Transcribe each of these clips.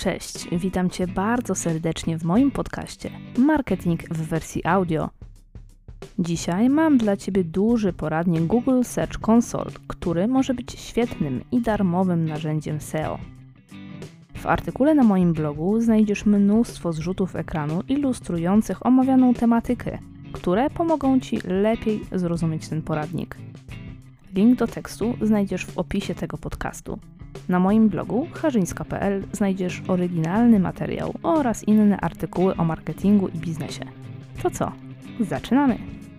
Cześć, witam Cię bardzo serdecznie w moim podcaście Marketing w wersji audio. Dzisiaj mam dla Ciebie duży poradnik Google Search Console, który może być świetnym i darmowym narzędziem SEO. W artykule na moim blogu znajdziesz mnóstwo zrzutów ekranu ilustrujących omawianą tematykę, które pomogą Ci lepiej zrozumieć ten poradnik. Link do tekstu znajdziesz w opisie tego podcastu. Na moim blogu harzyńska.pl znajdziesz oryginalny materiał oraz inne artykuły o marketingu i biznesie. To co? Zaczynamy!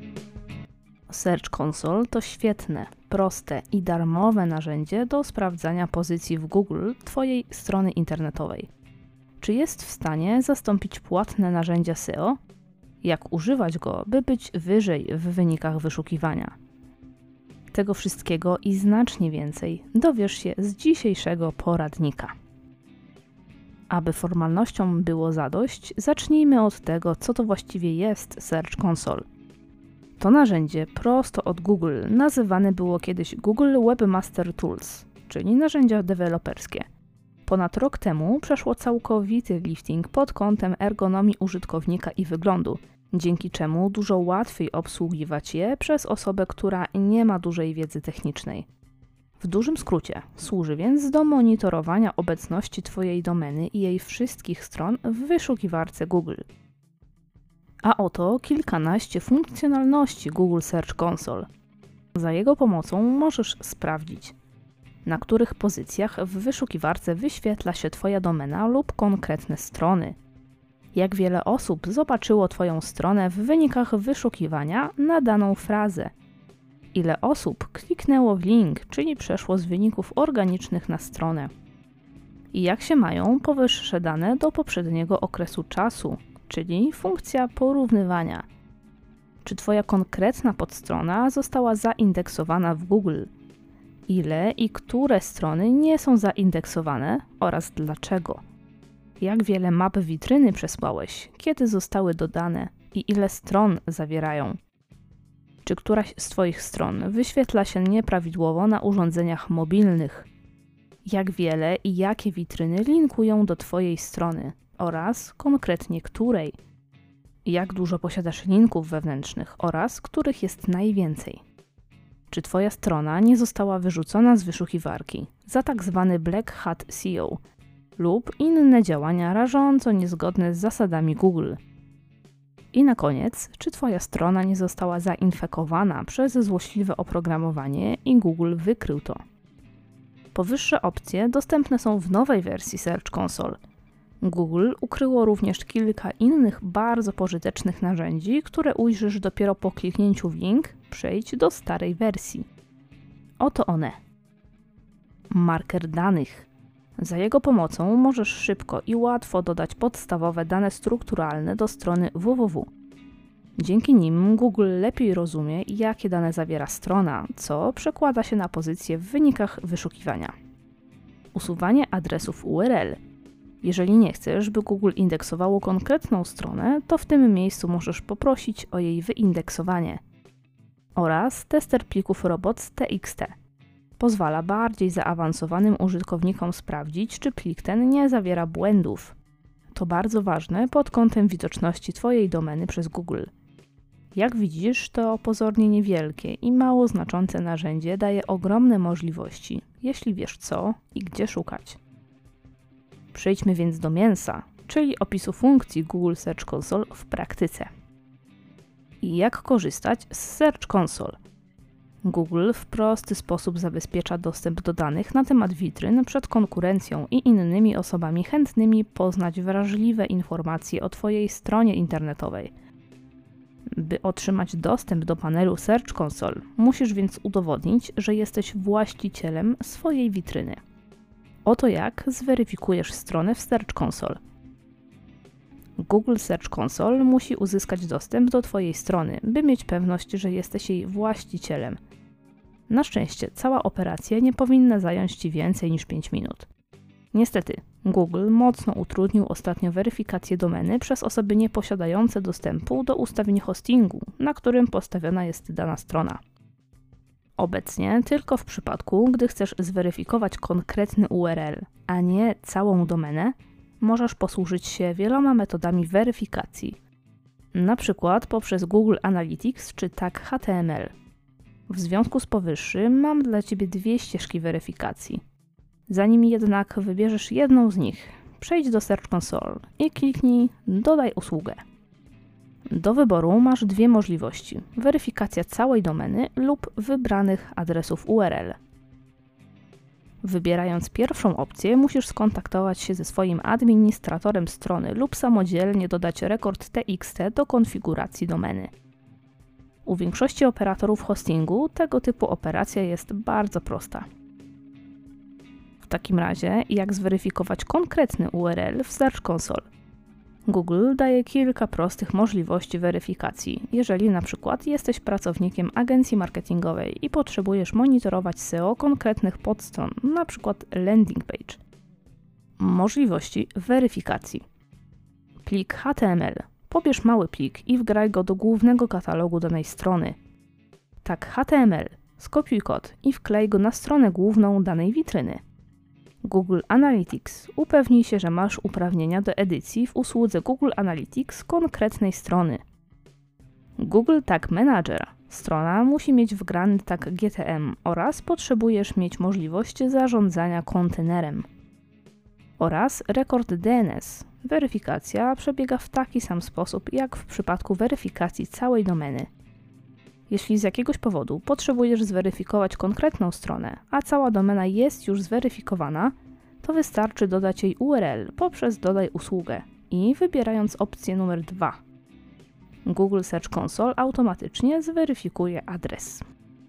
Search Console to świetne, proste i darmowe narzędzie do sprawdzania pozycji w Google Twojej strony internetowej. Czy jest w stanie zastąpić płatne narzędzia SEO? Jak używać go, by być wyżej w wynikach wyszukiwania? Tego wszystkiego i znacznie więcej dowiesz się z dzisiejszego poradnika. Aby formalnościom było zadość, zacznijmy od tego, co to właściwie jest Search Console. To narzędzie prosto od Google nazywane było kiedyś Google Webmaster Tools, czyli narzędzia deweloperskie. Ponad rok temu przeszło całkowity lifting pod kątem ergonomii użytkownika i wyglądu, dzięki czemu dużo łatwiej obsługiwać je przez osobę, która nie ma dużej wiedzy technicznej. W dużym skrócie służy więc do monitorowania obecności Twojej domeny i jej wszystkich stron w wyszukiwarce Google. A oto kilkanaście funkcjonalności Google Search Console. Za jego pomocą możesz sprawdzić, na których pozycjach w wyszukiwarce wyświetla się Twoja domena lub konkretne strony. Jak wiele osób zobaczyło Twoją stronę w wynikach wyszukiwania na daną frazę. Ile osób kliknęło w link, czyli przeszło z wyników organicznych na stronę. I jak się mają powyższe dane do poprzedniego okresu czasu, czyli funkcja porównywania. Czy Twoja konkretna podstrona została zaindeksowana w Google? Ile i które strony nie są zaindeksowane oraz dlaczego? Jak wiele map witryny przesłałeś, kiedy zostały dodane i ile stron zawierają? Czy któraś z Twoich stron wyświetla się nieprawidłowo na urządzeniach mobilnych? Jak wiele i jakie witryny linkują do Twojej strony oraz konkretnie której? Jak dużo posiadasz linków wewnętrznych oraz których jest najwięcej? Czy Twoja strona nie została wyrzucona z wyszukiwarki za tzw. Black Hat SEO lub inne działania rażąco niezgodne z zasadami Google? I na koniec, czy Twoja strona nie została zainfekowana przez złośliwe oprogramowanie i Google wykrył to? Powyższe opcje dostępne są w nowej wersji Search Console. Google ukryło również kilka innych bardzo pożytecznych narzędzi, które ujrzysz dopiero po kliknięciu w link Przejdź do starej wersji. Oto one. Marker danych. Za jego pomocą możesz szybko i łatwo dodać podstawowe dane strukturalne do strony www. Dzięki nim Google lepiej rozumie, jakie dane zawiera strona, co przekłada się na pozycję w wynikach wyszukiwania. Usuwanie adresów URL. Jeżeli nie chcesz, by Google indeksowało konkretną stronę, to w tym miejscu możesz poprosić o jej wyindeksowanie. Oraz tester plików robots.txt. Pozwala bardziej zaawansowanym użytkownikom sprawdzić, czy plik ten nie zawiera błędów. To bardzo ważne pod kątem widoczności Twojej domeny przez Google. Jak widzisz, to pozornie niewielkie i mało znaczące narzędzie daje ogromne możliwości, jeśli wiesz co i gdzie szukać. Przejdźmy więc do mięsa, czyli opisu funkcji Google Search Console w praktyce. I jak korzystać z Search Console? Google w prosty sposób zabezpiecza dostęp do danych na temat witryn przed konkurencją i innymi osobami chętnymi poznać wrażliwe informacje o Twojej stronie internetowej. By otrzymać dostęp do panelu Search Console, musisz więc udowodnić, że jesteś właścicielem swojej witryny. Oto jak zweryfikujesz stronę w Search Console. Google Search Console musi uzyskać dostęp do Twojej strony, by mieć pewność, że jesteś jej właścicielem. Na szczęście cała operacja nie powinna zająć Ci więcej niż 5 minut. Niestety, Google mocno utrudnił ostatnio weryfikację domeny przez osoby nieposiadające dostępu do ustawień hostingu, na którym postawiona jest dana strona. Obecnie tylko w przypadku, gdy chcesz zweryfikować konkretny URL, a nie całą domenę, możesz posłużyć się wieloma metodami weryfikacji, na przykład poprzez Google Analytics czy Tag HTML. W związku z powyższym mam dla Ciebie 2 ścieżki weryfikacji. Zanim jednak wybierzesz jedną z nich, przejdź do Search Console i kliknij Dodaj usługę. Do wyboru masz 2 możliwości: weryfikacja całej domeny lub wybranych adresów URL. Wybierając pierwszą opcję, musisz skontaktować się ze swoim administratorem strony lub samodzielnie dodać rekord TXT do konfiguracji domeny. U większości operatorów hostingu tego typu operacja jest bardzo prosta. W takim razie, jak zweryfikować konkretny URL w Search Console? Google daje kilka prostych możliwości weryfikacji, jeżeli na przykład jesteś pracownikiem agencji marketingowej i potrzebujesz monitorować SEO konkretnych podstron, na przykład landing page. Możliwości weryfikacji. Plik HTML. Pobierz mały plik i wgraj go do głównego katalogu danej strony. Tag HTML. Skopiuj kod i wklej go na stronę główną danej witryny. Google Analytics. Upewnij się, że masz uprawnienia do edycji w usłudze Google Analytics konkretnej strony. Google Tag Manager. Strona musi mieć wgrany tag GTM oraz potrzebujesz mieć możliwość zarządzania kontenerem. Oraz rekord DNS. Weryfikacja przebiega w taki sam sposób jak w przypadku weryfikacji całej domeny. Jeśli z jakiegoś powodu potrzebujesz zweryfikować konkretną stronę, a cała domena jest już zweryfikowana, to wystarczy dodać jej URL poprzez Dodaj usługę i wybierając opcję numer 2. Google Search Console automatycznie zweryfikuje adres.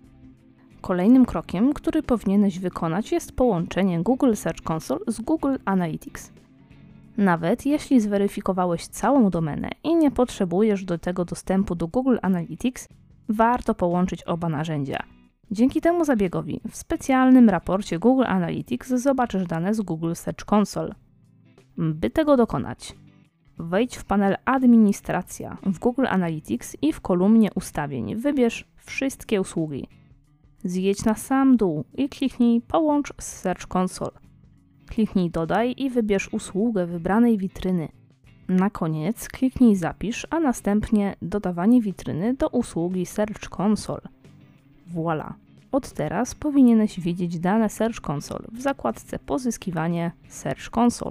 Kolejnym krokiem, który powinieneś wykonać, jest połączenie Google Search Console z Google Analytics. Nawet jeśli zweryfikowałeś całą domenę i nie potrzebujesz do tego dostępu do Google Analytics, warto połączyć oba narzędzia. Dzięki temu zabiegowi w specjalnym raporcie Google Analytics zobaczysz dane z Google Search Console. By tego dokonać, wejdź w panel Administracja w Google Analytics i w kolumnie Ustawień wybierz Wszystkie usługi. Zjedź na sam dół i kliknij Połącz z Search Console. Kliknij Dodaj i wybierz usługę wybranej witryny. Na koniec kliknij Zapisz, a następnie Dodawanie witryny do usługi Search Console. Voilà! Od teraz powinieneś widzieć dane Search Console w zakładce Pozyskiwanie Search Console.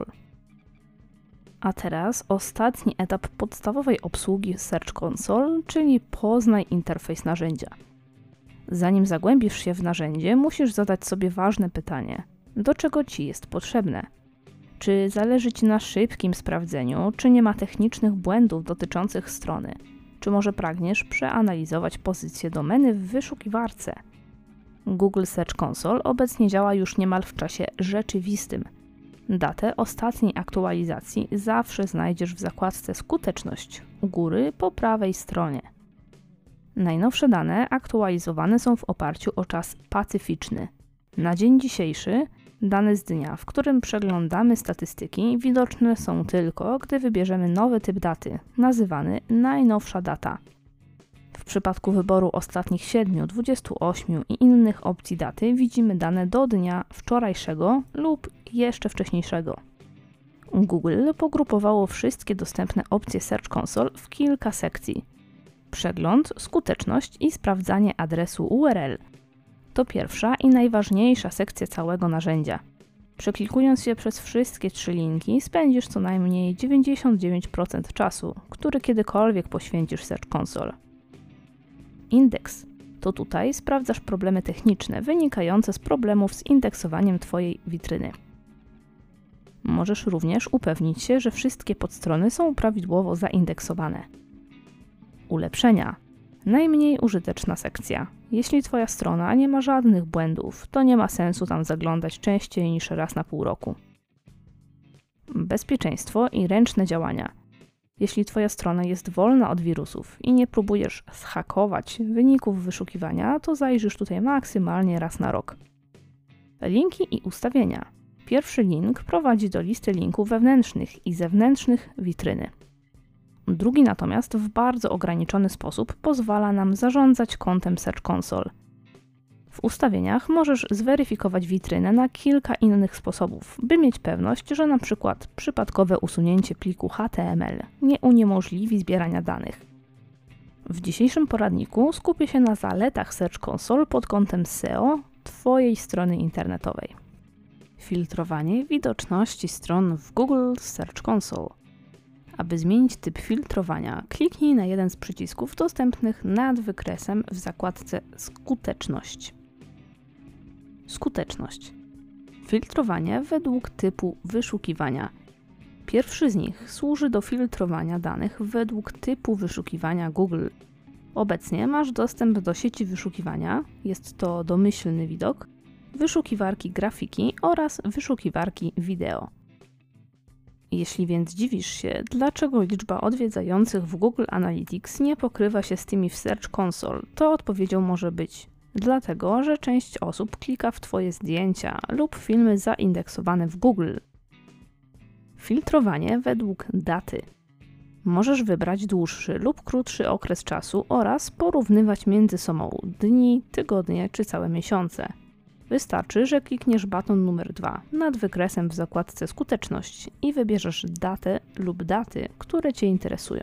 A teraz ostatni etap podstawowej obsługi Search Console, czyli poznaj interfejs narzędzia. Zanim zagłębisz się w narzędzie, musisz zadać sobie ważne pytanie: do czego Ci jest potrzebne? Czy zależy Ci na szybkim sprawdzeniu, czy nie ma technicznych błędów dotyczących strony? Czy może pragniesz przeanalizować pozycję domeny w wyszukiwarce? Google Search Console obecnie działa już niemal w czasie rzeczywistym. Datę ostatniej aktualizacji zawsze znajdziesz w zakładce Skuteczność u góry po prawej stronie. Najnowsze dane aktualizowane są w oparciu o czas pacyficzny. Na dzień dzisiejszy dane z dnia, w którym przeglądamy statystyki, widoczne są tylko, gdy wybierzemy nowy typ daty, nazywany najnowsza data. W przypadku wyboru ostatnich 7, 28 i innych opcji daty widzimy dane do dnia wczorajszego lub jeszcze wcześniejszego. Google pogrupowało wszystkie dostępne opcje Search Console w kilka sekcji. Przegląd, skuteczność i sprawdzanie adresu URL. To pierwsza i najważniejsza sekcja całego narzędzia. Przeklikując się przez wszystkie 3 linki, spędzisz co najmniej 99% czasu, który kiedykolwiek poświęcisz Search Console. Indeks. To tutaj sprawdzasz problemy techniczne wynikające z problemów z indeksowaniem Twojej witryny. Możesz również upewnić się, że wszystkie podstrony są prawidłowo zaindeksowane. Ulepszenia. Najmniej użyteczna sekcja. Jeśli Twoja strona nie ma żadnych błędów, to nie ma sensu tam zaglądać częściej niż raz na pół roku. Bezpieczeństwo i ręczne działania. Jeśli Twoja strona jest wolna od wirusów i nie próbujesz zhakować wyników wyszukiwania, to zajrzysz tutaj maksymalnie raz na rok. Linki i ustawienia. Pierwszy link prowadzi do listy linków wewnętrznych i zewnętrznych witryny. Drugi natomiast w bardzo ograniczony sposób pozwala nam zarządzać kontem Search Console. W ustawieniach możesz zweryfikować witrynę na kilka innych sposobów, by mieć pewność, że na przykład przypadkowe usunięcie pliku HTML nie uniemożliwi zbierania danych. W dzisiejszym poradniku skupię się na zaletach Search Console pod kątem SEO Twojej strony internetowej. Filtrowanie widoczności stron w Google Search Console. Aby zmienić typ filtrowania, kliknij na jeden z przycisków dostępnych nad wykresem w zakładce Skuteczność. Skuteczność. Filtrowanie według typu wyszukiwania. Pierwszy z nich służy do filtrowania danych według typu wyszukiwania Google. Obecnie masz dostęp do sieci wyszukiwania, jest to domyślny widok, wyszukiwarki grafiki oraz wyszukiwarki wideo. Jeśli więc dziwisz się, dlaczego liczba odwiedzających w Google Analytics nie pokrywa się z tymi w Search Console, to odpowiedzią może być dlatego, że część osób klika w Twoje zdjęcia lub filmy zaindeksowane w Google. Filtrowanie według daty. Możesz wybrać dłuższy lub krótszy okres czasu oraz porównywać między sobą dni, tygodnie czy całe miesiące. Wystarczy, że klikniesz baton numer 2 nad wykresem w zakładce Skuteczność i wybierzesz datę lub daty, które Cię interesują.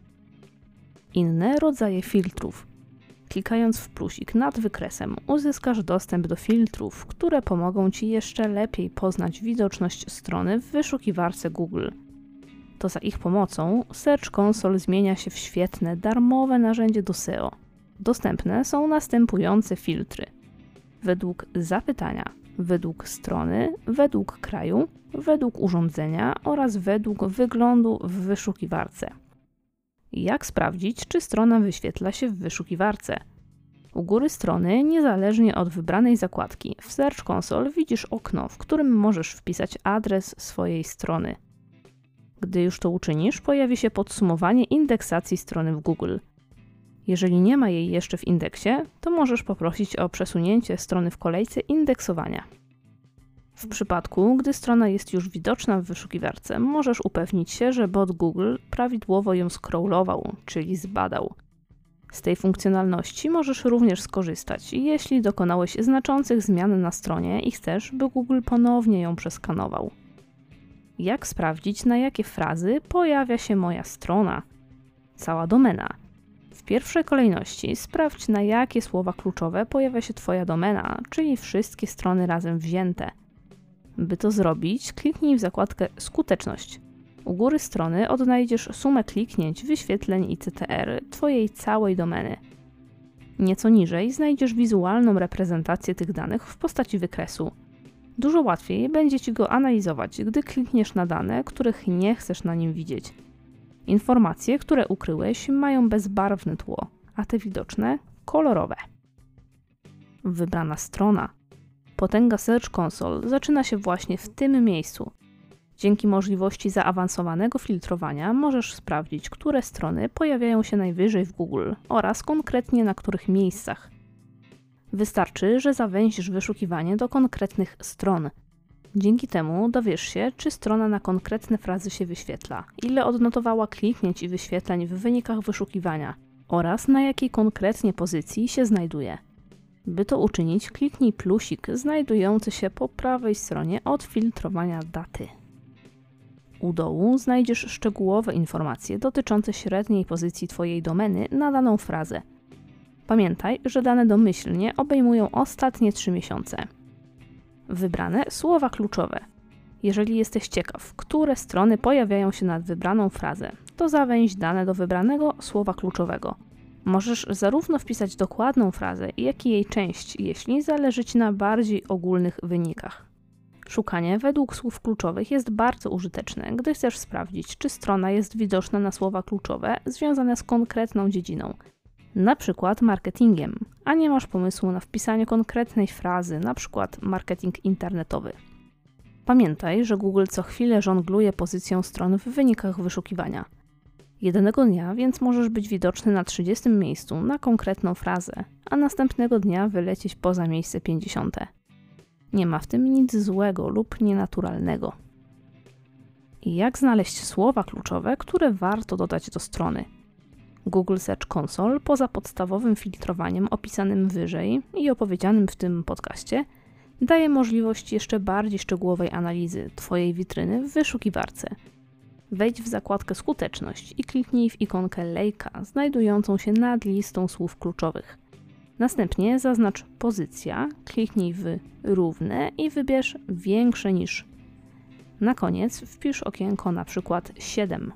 Inne rodzaje filtrów. Klikając w plusik nad wykresem uzyskasz dostęp do filtrów, które pomogą Ci jeszcze lepiej poznać widoczność strony w wyszukiwarce Google. To za ich pomocą Search Console zmienia się w świetne, darmowe narzędzie do SEO. Dostępne są następujące filtry. Według zapytania, według strony, według kraju, według urządzenia oraz według wyglądu w wyszukiwarce. Jak sprawdzić, czy strona wyświetla się w wyszukiwarce? U góry strony, niezależnie od wybranej zakładki, w Search Console widzisz okno, w którym możesz wpisać adres swojej strony. Gdy już to uczynisz, pojawi się podsumowanie indeksacji strony w Google. Jeżeli nie ma jej jeszcze w indeksie, to możesz poprosić o przesunięcie strony w kolejce indeksowania. W przypadku, gdy strona jest już widoczna w wyszukiwarce, możesz upewnić się, że bot Google prawidłowo ją scrollował, czyli zbadał. Z tej funkcjonalności możesz również skorzystać, jeśli dokonałeś znaczących zmian na stronie i chcesz, by Google ponownie ją przeskanował. Jak sprawdzić, na jakie frazy pojawia się moja strona? Cała domena. W pierwszej kolejności sprawdź, na jakie słowa kluczowe pojawia się Twoja domena, czyli wszystkie strony razem wzięte. By to zrobić, kliknij w zakładkę Skuteczność. U góry strony odnajdziesz sumę kliknięć, wyświetleń i CTR Twojej całej domeny. Nieco niżej znajdziesz wizualną reprezentację tych danych w postaci wykresu. Dużo łatwiej będzie Ci go analizować, gdy klikniesz na dane, których nie chcesz na nim widzieć. Informacje, które ukryłeś, mają bezbarwne tło, a te widoczne kolorowe. Wybrana strona. Potęga Search Console zaczyna się właśnie w tym miejscu. Dzięki możliwości zaawansowanego filtrowania możesz sprawdzić, które strony pojawiają się najwyżej w Google oraz konkretnie na których miejscach. Wystarczy, że zawęzisz wyszukiwanie do konkretnych stron. Dzięki temu dowiesz się, czy strona na konkretne frazy się wyświetla, ile odnotowała kliknięć i wyświetleń w wynikach wyszukiwania oraz na jakiej konkretnie pozycji się znajduje. By to uczynić, kliknij plusik znajdujący się po prawej stronie od filtrowania daty. U dołu znajdziesz szczegółowe informacje dotyczące średniej pozycji Twojej domeny na daną frazę. Pamiętaj, że dane domyślnie obejmują ostatnie 3 miesiące. Wybrane słowa kluczowe. Jeżeli jesteś ciekaw, które strony pojawiają się nad wybraną frazę, to zawęź dane do wybranego słowa kluczowego. Możesz zarówno wpisać dokładną frazę, jak i jej część, jeśli zależy Ci na bardziej ogólnych wynikach. Szukanie według słów kluczowych jest bardzo użyteczne, gdy chcesz sprawdzić, czy strona jest widoczna na słowa kluczowe związane z konkretną dziedziną, na przykład marketingiem, a nie masz pomysłu na wpisanie konkretnej frazy, na przykład marketing internetowy. Pamiętaj, że Google co chwilę żongluje pozycją stron w wynikach wyszukiwania. Jednego dnia więc możesz być widoczny na 30 miejscu na konkretną frazę, a następnego dnia wylecieć poza miejsce 50. Nie ma w tym nic złego lub nienaturalnego. I jak znaleźć słowa kluczowe, które warto dodać do strony? Google Search Console, poza podstawowym filtrowaniem opisanym wyżej i opowiedzianym w tym podcaście, daje możliwość jeszcze bardziej szczegółowej analizy Twojej witryny w wyszukiwarce. Wejdź w zakładkę Skuteczność i kliknij w ikonkę lejka znajdującą się nad listą słów kluczowych. Następnie zaznacz Pozycja, kliknij w Równe i wybierz Większe niż. Na koniec wpisz okienko np. 7.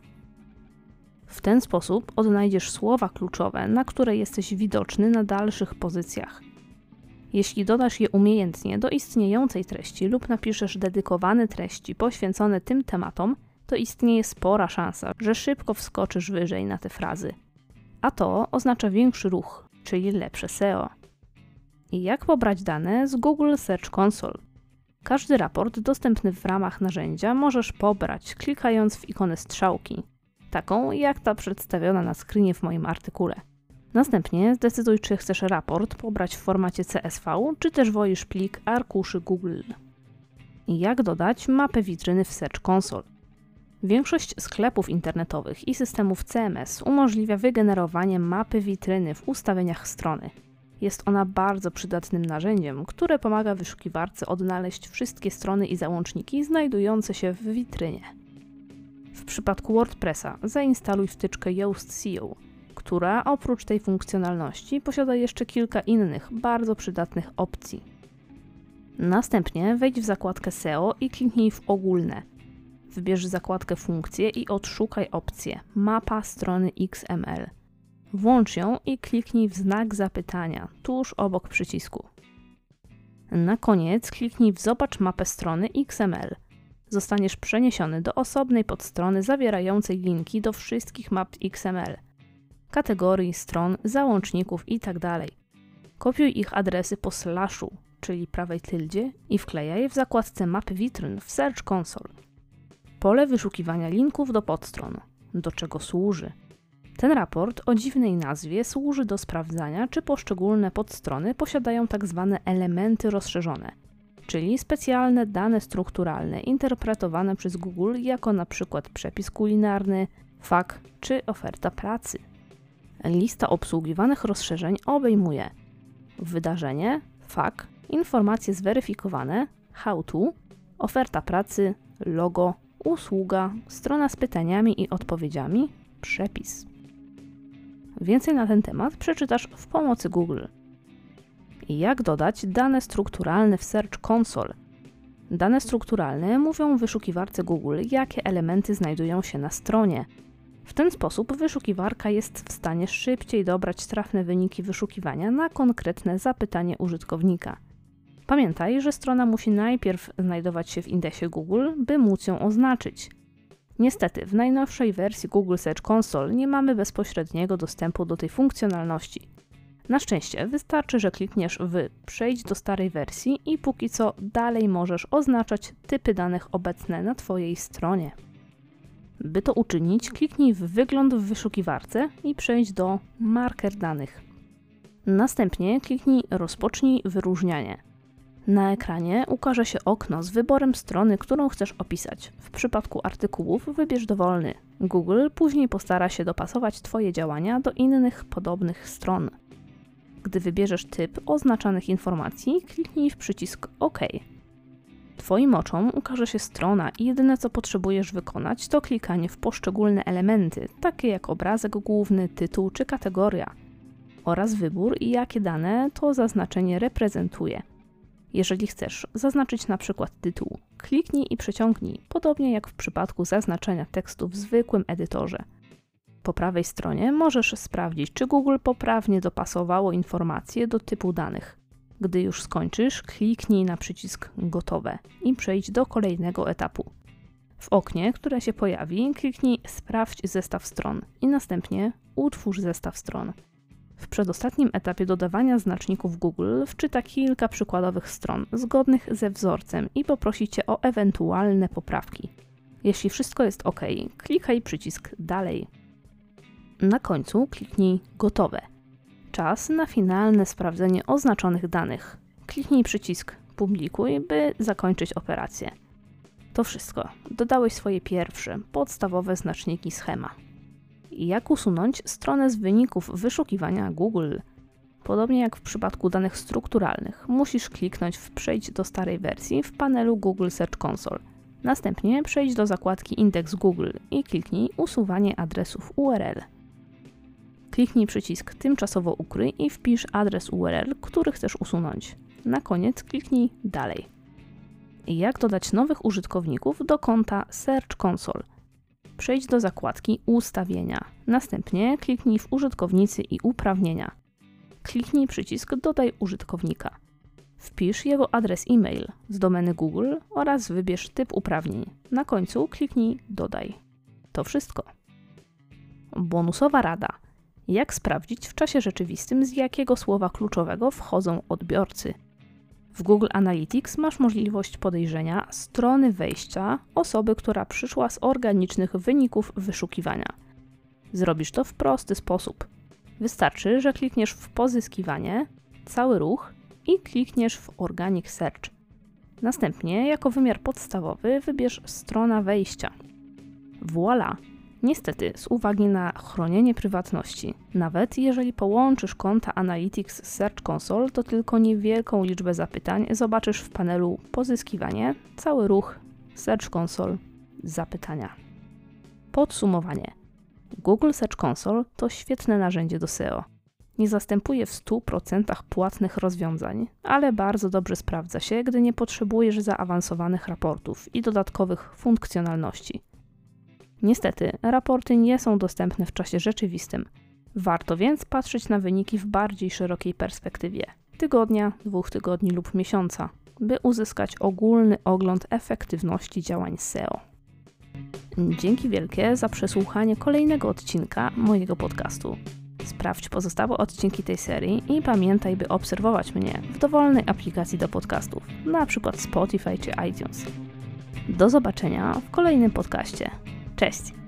W ten sposób odnajdziesz słowa kluczowe, na które jesteś widoczny na dalszych pozycjach. Jeśli dodasz je umiejętnie do istniejącej treści lub napiszesz dedykowane treści poświęcone tym tematom, to istnieje spora szansa, że szybko wskoczysz wyżej na te frazy. A to oznacza większy ruch, czyli lepsze SEO. I jak pobrać dane z Google Search Console? Każdy raport dostępny w ramach narzędzia możesz pobrać, klikając w ikonę strzałki, taką jak ta przedstawiona na screenie w moim artykule. Następnie zdecyduj, czy chcesz raport pobrać w formacie CSV, czy też wolisz plik arkuszy Google. I jak dodać mapę witryny w Search Console? Większość sklepów internetowych i systemów CMS umożliwia wygenerowanie mapy witryny w ustawieniach strony. Jest ona bardzo przydatnym narzędziem, które pomaga wyszukiwarce odnaleźć wszystkie strony i załączniki znajdujące się w witrynie. W przypadku WordPressa zainstaluj wtyczkę Yoast SEO, która oprócz tej funkcjonalności posiada jeszcze kilka innych, bardzo przydatnych opcji. Następnie wejdź w zakładkę SEO i kliknij w Ogólne. Wybierz zakładkę Funkcje i odszukaj opcję Mapa strony XML. Włącz ją i kliknij w znak zapytania tuż obok przycisku. Na koniec kliknij w Zobacz mapę strony XML. Zostaniesz przeniesiony do osobnej podstrony zawierającej linki do wszystkich map XML, kategorii, stron, załączników itd. Kopiuj ich adresy po slashu, czyli prawej tyldzie, i wklejaj w zakładce Mapy witryn w Search Console. Pole wyszukiwania linków do podstron. Do czego służy? Ten raport o dziwnej nazwie służy do sprawdzania, czy poszczególne podstrony posiadają tzw. elementy rozszerzone, czyli specjalne dane strukturalne interpretowane przez Google jako np. przepis kulinarny, fak czy oferta pracy. Lista obsługiwanych rozszerzeń obejmuje wydarzenie, fak, informacje zweryfikowane, how to, oferta pracy, logo, usługa, strona z pytaniami i odpowiedziami, przepis. Więcej na ten temat przeczytasz w pomocy Google. Jak dodać dane strukturalne w Search Console? Dane strukturalne mówią wyszukiwarce Google, jakie elementy znajdują się na stronie. W ten sposób wyszukiwarka jest w stanie szybciej dobrać trafne wyniki wyszukiwania na konkretne zapytanie użytkownika. Pamiętaj, że strona musi najpierw znajdować się w indeksie Google, by móc ją oznaczyć. Niestety, w najnowszej wersji Google Search Console nie mamy bezpośredniego dostępu do tej funkcjonalności. Na szczęście wystarczy, że klikniesz w Przejdź do starej wersji i póki co dalej możesz oznaczać typy danych obecne na Twojej stronie. By to uczynić, kliknij w Wygląd w wyszukiwarce i przejdź do Marker danych. Następnie kliknij Rozpocznij wyróżnianie. Na ekranie ukaże się okno z wyborem strony, którą chcesz opisać. W przypadku artykułów wybierz dowolny. Google później postara się dopasować Twoje działania do innych podobnych stron. Gdy wybierzesz typ oznaczanych informacji, kliknij w przycisk OK. Twoim oczom ukaże się strona i jedyne co potrzebujesz wykonać to klikanie w poszczególne elementy, takie jak obrazek główny, tytuł czy kategoria, oraz wybór i jakie dane to zaznaczenie reprezentuje. Jeżeli chcesz zaznaczyć na przykład tytuł, kliknij i przeciągnij, podobnie jak w przypadku zaznaczenia tekstu w zwykłym edytorze. Po prawej stronie możesz sprawdzić, czy Google poprawnie dopasowało informacje do typu danych. Gdy już skończysz, kliknij na przycisk Gotowe i przejdź do kolejnego etapu. W oknie, które się pojawi, kliknij Sprawdź zestaw stron i następnie Utwórz zestaw stron. W przedostatnim etapie dodawania znaczników Google wczyta kilka przykładowych stron zgodnych ze wzorcem i poprosi Cię o ewentualne poprawki. Jeśli wszystko jest OK, klikaj przycisk Dalej. Na końcu kliknij Gotowe. Czas na finalne sprawdzenie oznaczonych danych. Kliknij przycisk Publikuj, by zakończyć operację. To wszystko. Dodałeś swoje pierwsze, podstawowe znaczniki schema. Jak usunąć stronę z wyników wyszukiwania Google? Podobnie jak w przypadku danych strukturalnych, musisz kliknąć w Przejdź do starej wersji w panelu Google Search Console. Następnie przejdź do zakładki Indeks Google i kliknij Usuwanie adresów URL. Kliknij przycisk Tymczasowo ukryj i wpisz adres URL, który chcesz usunąć. Na koniec kliknij Dalej. Jak dodać nowych użytkowników do konta Search Console? Przejdź do zakładki Ustawienia. Następnie kliknij w Użytkownicy i uprawnienia. Kliknij przycisk Dodaj użytkownika. Wpisz jego adres e-mail z domeny Google oraz wybierz typ uprawnień. Na końcu kliknij Dodaj. To wszystko. Bonusowa rada. Jak sprawdzić w czasie rzeczywistym, z jakiego słowa kluczowego wchodzą odbiorcy? W Google Analytics masz możliwość podejrzenia strony wejścia osoby, która przyszła z organicznych wyników wyszukiwania. Zrobisz to w prosty sposób. Wystarczy, że klikniesz w Pozyskiwanie, Cały ruch i klikniesz w Organic Search. Następnie jako wymiar podstawowy wybierz strona wejścia. Voilà! Niestety, z uwagi na chronienie prywatności, nawet jeżeli połączysz konta Analytics z Search Console, to tylko niewielką liczbę zapytań zobaczysz w panelu Pozyskiwanie, Cały ruch, Search Console, Zapytania. Podsumowanie. Google Search Console to świetne narzędzie do SEO. Nie zastępuje w 100% płatnych rozwiązań, ale bardzo dobrze sprawdza się, gdy nie potrzebujesz zaawansowanych raportów i dodatkowych funkcjonalności. Niestety, raporty nie są dostępne w czasie rzeczywistym. Warto więc patrzeć na wyniki w bardziej szerokiej perspektywie tygodnia, 2 tygodni lub miesiąca, by uzyskać ogólny ogląd efektywności działań SEO. Dzięki wielkie za przesłuchanie kolejnego odcinka mojego podcastu. Sprawdź pozostałe odcinki tej serii i pamiętaj, by obserwować mnie w dowolnej aplikacji do podcastów, np. Spotify czy iTunes. Do zobaczenia w kolejnym podcaście. Cześć!